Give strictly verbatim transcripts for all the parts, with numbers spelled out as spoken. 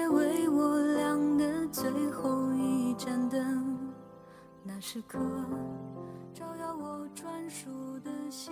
夜为我亮的最后一盏灯，那时刻照耀我专属的心。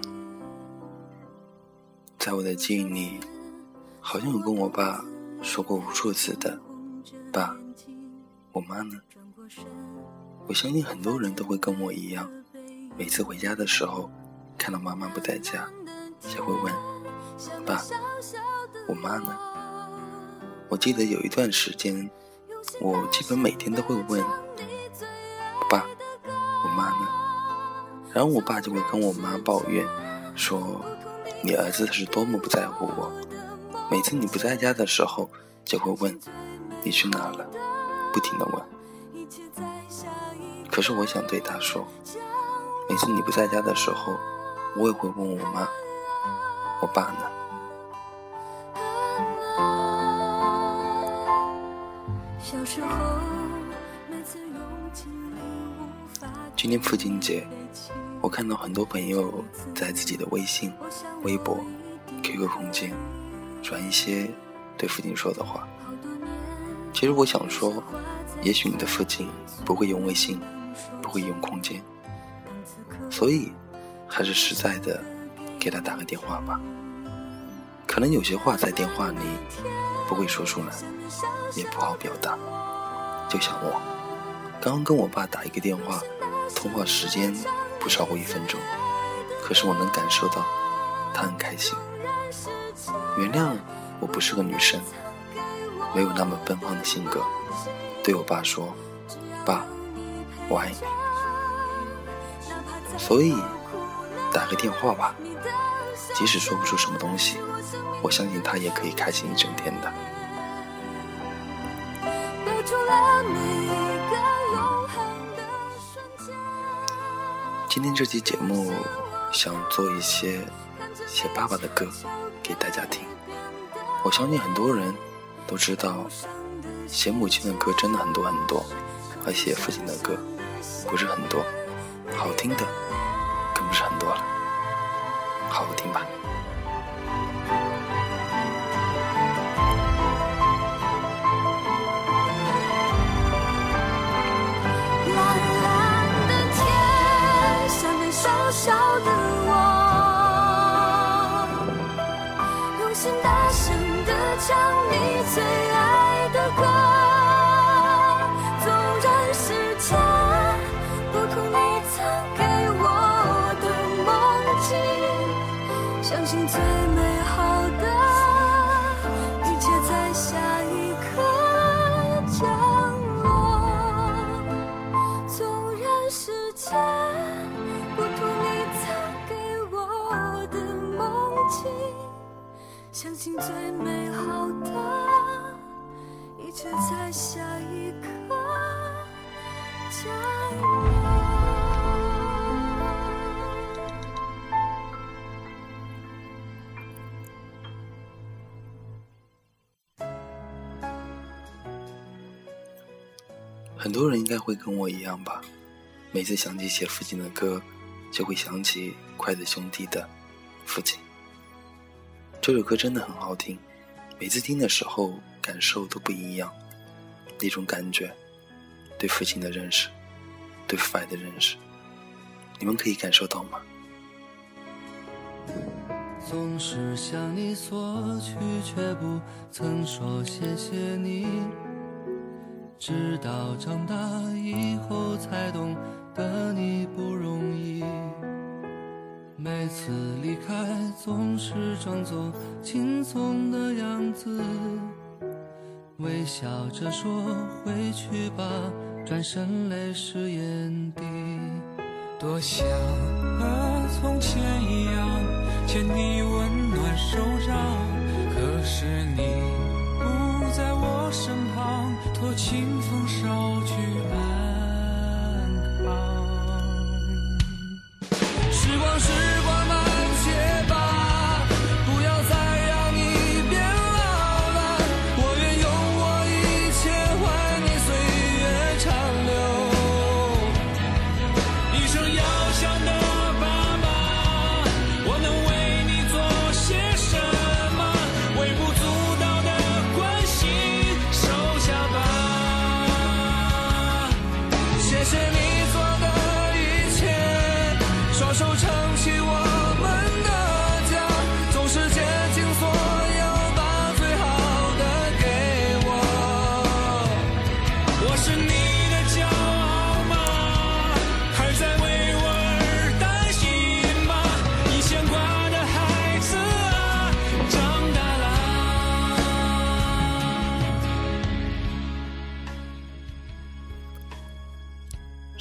在我的记忆里，好像有跟我爸说过无数次的爸，我妈呢？我相信很多人都会跟我一样，每次回家的时候看到妈妈不在家，也会问爸，我妈呢？我记得有一段时间，我基本每天都会问爸，我妈呢？然后我爸就会跟我妈抱怨说，你儿子是多么不在乎我，每次你不在家的时候就会问你去哪了，不停地问。可是我想对他说，每次你不在家的时候，我也会问我妈，我爸呢？今天父亲节，我看到很多朋友在自己的微信、微博、Q Q 空间转一些对父亲说的话。其实我想说，也许你的父亲不会用微信，不会用空间，所以还是实在的给他打个电话吧。可能有些话在电话里不会说出来，也不好表达。就像我刚刚跟我爸打一个电话，通话时间不超过一分钟，可是我能感受到他很开心。原谅我不是个女生，没有那么奔放的性格，对我爸说，爸，我爱你。所以打个电话吧，即使说不出什么东西，我相信他也可以开心一整天的。今天这期节目想做一些写爸爸的歌给大家听。我相信很多人都知道，写母亲的歌真的很多很多，而写父亲的歌不是很多，好听的更不是很多了。好好听吧。 小小的我，用心大声地唱你最爱的歌，纵然世界不图你曾给我的梦境，相信最美好的一切在下一刻降落，纵然世界不图你曾给我的梦境，相信最美好的一切在下一刻降落。 很多人应该会跟我一样吧，每次想起写父亲的歌，就会想起筷子兄弟的父亲。这首歌真的很好听，每次听的时候感受都不一样，那种感觉，对父亲的认识，对父爱的认识，你们可以感受到吗？ 总是向你索取，却不曾说谢谢你，直到长大以后才懂得你不容易，每次离开总是装作轻松的样子，微笑着说回去吧，转身泪湿眼底。 多想和从前一样牵你温暖手掌，可是你不在我身旁，托清风捎去安康。时光时光慢些吧，不要再让你变老了，我愿用我一切换你岁月长流。一生要想的爸爸，我能为你做些什么？微不足道的关心，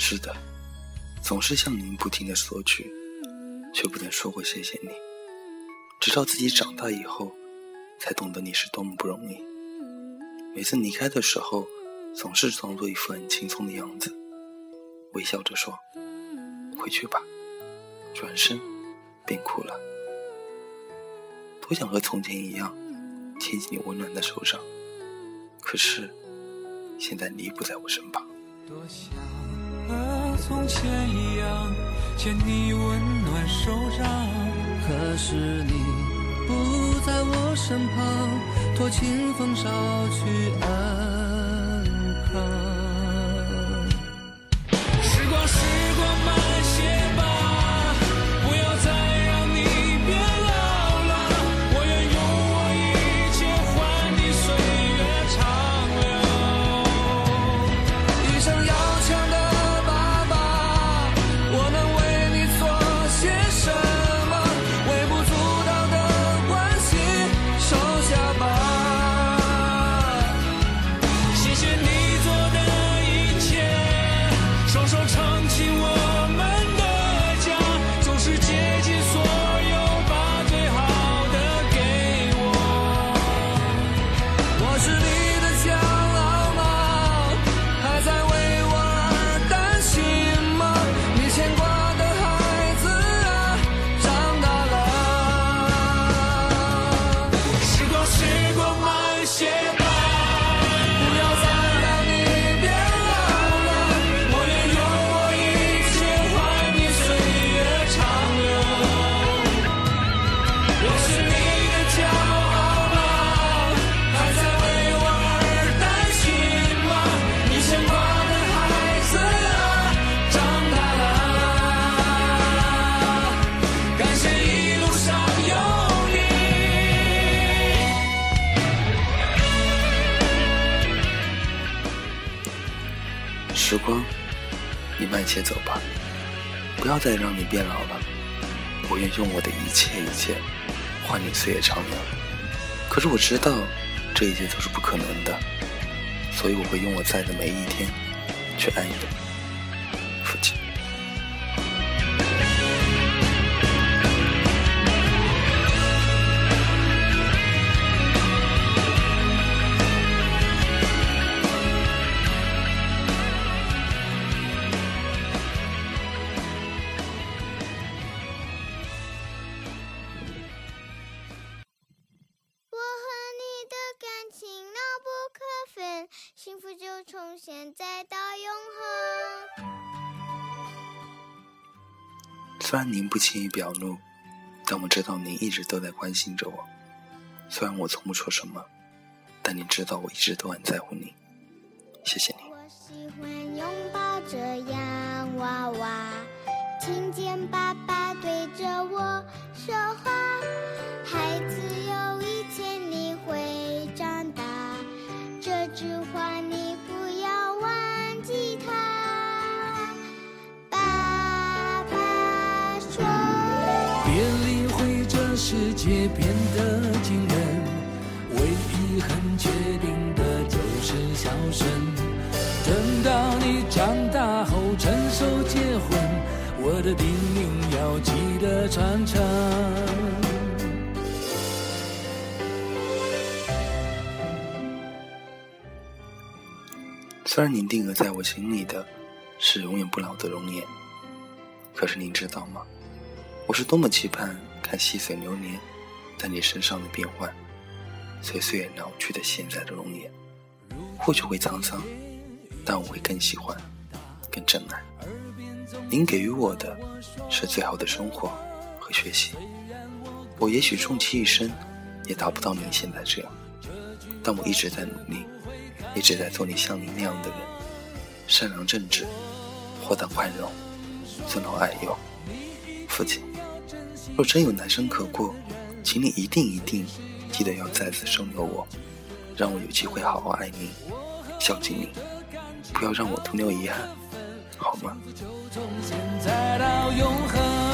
是的，总是向您不停地索取，却不曾说过谢谢你。直到自己长大以后，才懂得你是多么不容易。每次离开的时候，总是装作一副很轻松的样子，微笑着说回去吧，转身便哭了。多想和从前一样牵起你温暖的手掌，可是现在你不在我身旁。 多想和从前一样牵你温暖手掌， 可是你不在我身旁，托清风捎去安康。 时光时光慢些吧，不要再让你变老了，我愿用我一切换你岁月长流。 一生要强的爸爸，我能为你做些什么？微不足道的关心收下吧。 谢谢你做的一切，双手撑起我们的家，总是竭尽所有把最好的给我。 我是你的骄傲吗？还在为我而担心吗？你牵挂的孩子啊，长大了。 时光时光慢些吧， 不要再让你变老了， 我愿用我一切换你岁月长流。我是你的骄傲吗？还在为我而担心吗？你牵挂的孩子啊，长大了。感谢一路上有你。 时光，你慢些走吧，不要再让你变老了。我愿用我的一切一切换你岁月长流。可是我知道这一切都是不可能的，所以我会用我在的每一天去爱你，父亲。 我和你的感情牢不可分，幸福就从现在到永恒。 虽然您不轻易表露，但我知道您一直都在关心着我。虽然我从不说什么，但您知道我一直都很在乎您。谢谢你。 我喜欢拥抱着洋娃娃，听见爸爸对着我说话。孩子，有一天你会长大，这句话你不要忘记它。爸爸说， 别理会这世界变得惊人，唯一很确定的就是孝顺。等到你长大后成熟结婚，我的叮咛要记得传承。 虽然您定格在我心里的是永远不老的容颜，可是您知道吗？我是多么期盼看细水流年在你身上的变换，随岁月老去的现在的容颜，或许会沧桑，但我会更喜欢，更珍爱。您给予我的是最好的生活和学习，我也许终其一生也达不到您现在这样，但我一直在努力，一直在做你像您那样的人，善良正直，豁达宽容，尊老爱幼。父亲，若真有来生可过，请你一定一定记得要再次收留我，让我有机会好好爱您，孝敬您，不要让我徒留遗憾，好吗？ 从现在到永恒。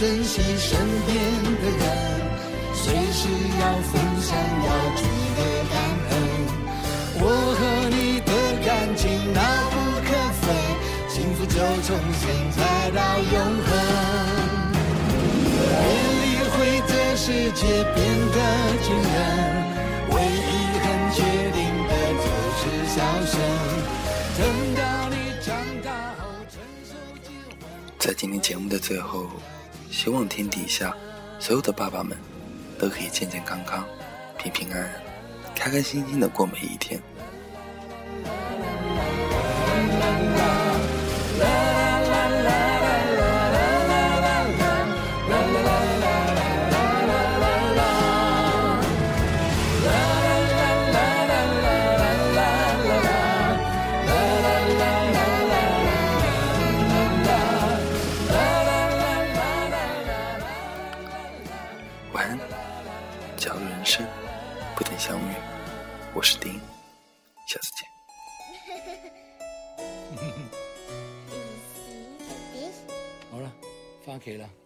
珍惜身边的人，随时要分享，要记得感恩。我和你的感情牢不可分，幸福就从现在到永恒。别理会这世界变得惊人，唯一很确定的就是笑声。等到你长大后成熟结婚。 在今天节目的最后，希望天底下所有的爸爸们都可以健健康康、平平安安、开开心心的过每一天。晚安，假如人生不曾相遇，我是丁，下次见。 好了，翻屋企啦。